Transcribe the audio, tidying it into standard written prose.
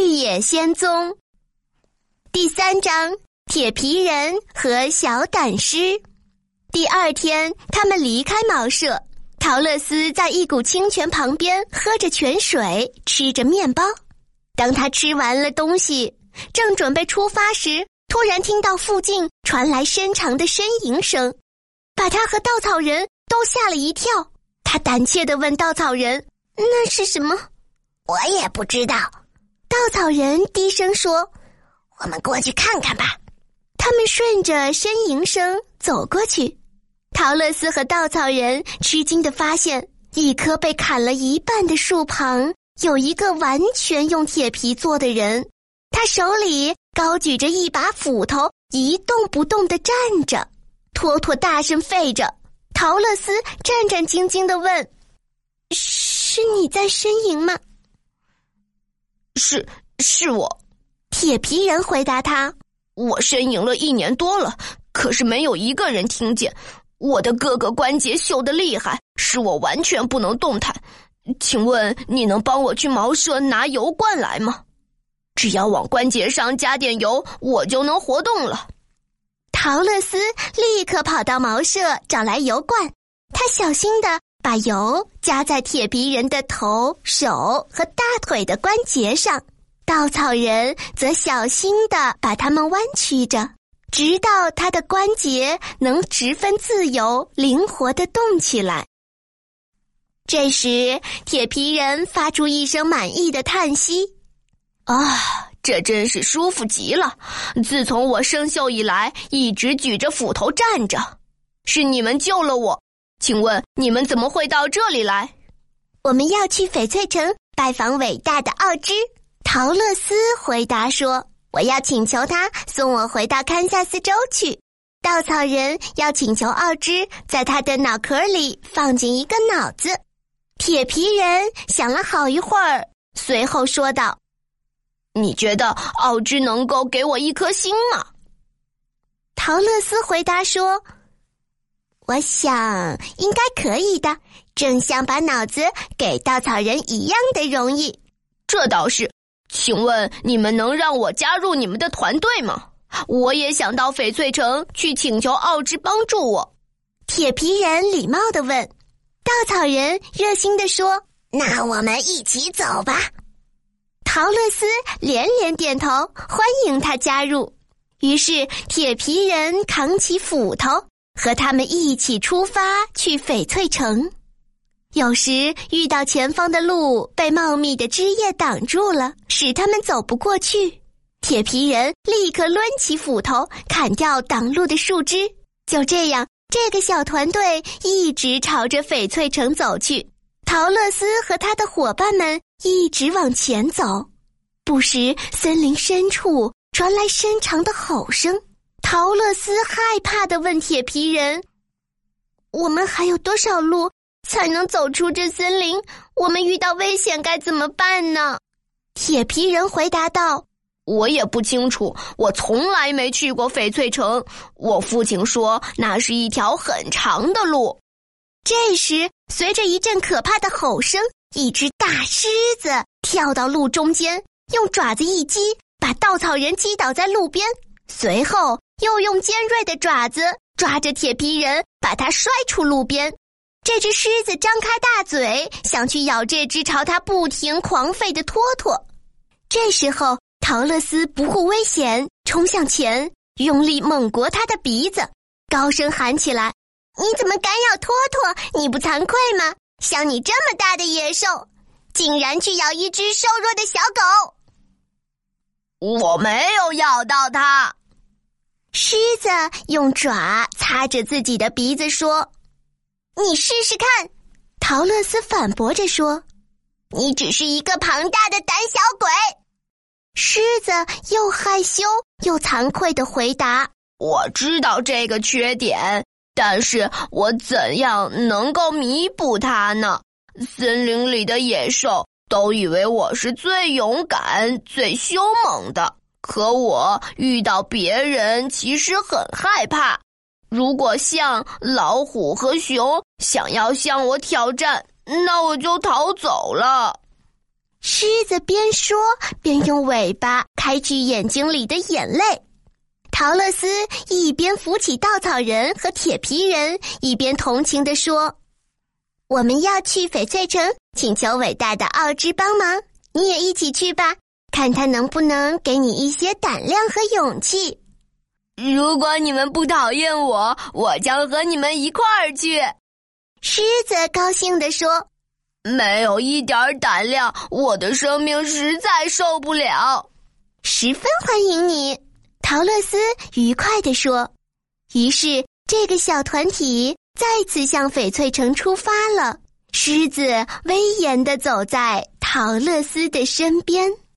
野仙踪》第3章铁皮人和小胆狮。第2天，他们离开茅舍，陶乐斯在一股清泉旁边喝着泉水，吃着面包。当他吃完了东西，正准备出发时，突然听到附近传来深长的呻吟声，把他和稻草人都吓了一跳。他胆怯地问稻草人：“那是什么？”“ 我也不知道。” 稻草人低声说。 “我们过去看看吧。” 他们顺着呻吟声走过去。陶乐斯和稻草人吃惊地发现，一棵被砍了一半的树旁有一个完全用铁皮做的人，他手里高举着一把斧头，一动不动地站着。托托大声吠着。陶乐斯战战兢兢地问：“是你在呻吟吗？”“ 是我。” 铁皮人回答他。 “我呻吟了1年多了，可是没有一个人听见。我的各个关节锈得厉害，使我完全不能动弹。请问你能帮我去茅舍拿油罐来吗？只要往关节上加点油，我就能活动了。” 陶乐斯立刻跑到茅舍找来油罐，他小心地把油加在铁皮人的头、手和大腿的关节上，稻草人则小心地把它们弯曲着，直到他的关节能十分自由、灵活地动起来。这时，铁皮人发出一声满意的叹息：“ 这真是舒服极了！自从我生锈以来，一直举着斧头站着。是你们救了我，请问你们怎么会到这里来？”“ 我们要去翡翠城拜访伟大的奥芝。”陶乐斯回答说。“我要请求他送我回到堪萨斯州去。”稻草人要请求奥芝在他的脑壳里放进一个脑子。铁皮人想了好一会儿，随后说道：“ 你觉得奥芝能够给我一颗心吗？” 陶乐斯回答说：“我想应该可以的，正像把脑子给稻草人一样的容易。”“ 这倒是。请问你们能让我加入你们的团队吗？我也想到翡翠城去请求奥芝帮助我。” 铁皮人礼貌地问。稻草人热心地说：“ 那我们一起走吧。” 陶乐斯连连点头，欢迎他加入。于是铁皮人扛起斧头，和他们一起出发去翡翠城。有时遇到前方的路被茂密的枝叶挡住了，使他们走不过去，铁皮人立刻抡起斧头砍掉挡路的树枝。就这样，这个小团队一直朝着翡翠城走去。陶乐斯和他的伙伴们一直往前走，不时森林深处传来深长的吼声。陶乐斯害怕地问铁皮人：“我们还有多少路才能走出这森林？我们遇到危险该怎么办呢？”铁皮人回答道：“ 我也不清楚，我从来没去过翡翠城。我父亲说那是一条很长的路。” 这时，随着一阵可怕的吼声，一只大狮子跳到路中间，用爪子一击，把稻草人击倒在路边，随后又用尖锐的爪子抓着铁皮人，把他摔出路边。这只狮子张开大嘴，想去咬这只朝他不停狂吠的托托。这时候，陶乐斯不顾危险，冲向前，用力猛啄他的鼻子，高声喊起来：“你怎么敢咬托托？你不惭愧吗？像你这么大的野兽，竟然去咬一只瘦弱的小狗！”“ 我没有咬到它。” 狮子用爪擦着自己的鼻子说。“你试试看。”陶乐斯反驳着说。“你只是一个庞大的胆小鬼。”狮子又害羞又惭愧地回答：“ 我知道这个缺点，但是我怎样能够弥补它呢？森林里的野兽都以为我是最勇敢、最凶猛的，可我遇到别人其实很害怕。如果象、老虎和熊想要向我挑战，那我就逃走了。” 狮子边说边用尾巴开去眼睛里的眼泪。陶乐斯一边扶起稻草人和铁皮人，一边同情地说：“我们要去翡翠城，请求伟大的奥芝帮忙，你也一起去吧，看他能不能给你一些胆量和勇气。” 如果你们不讨厌我，我将和你们一块儿去。 狮子高兴地说：“ 没有一点胆量，我的生命实在受不了。” 十分欢迎你，陶乐斯愉快地说。于是这个小团体再次向翡翠城出发了。狮子威严地走在陶乐斯的身边。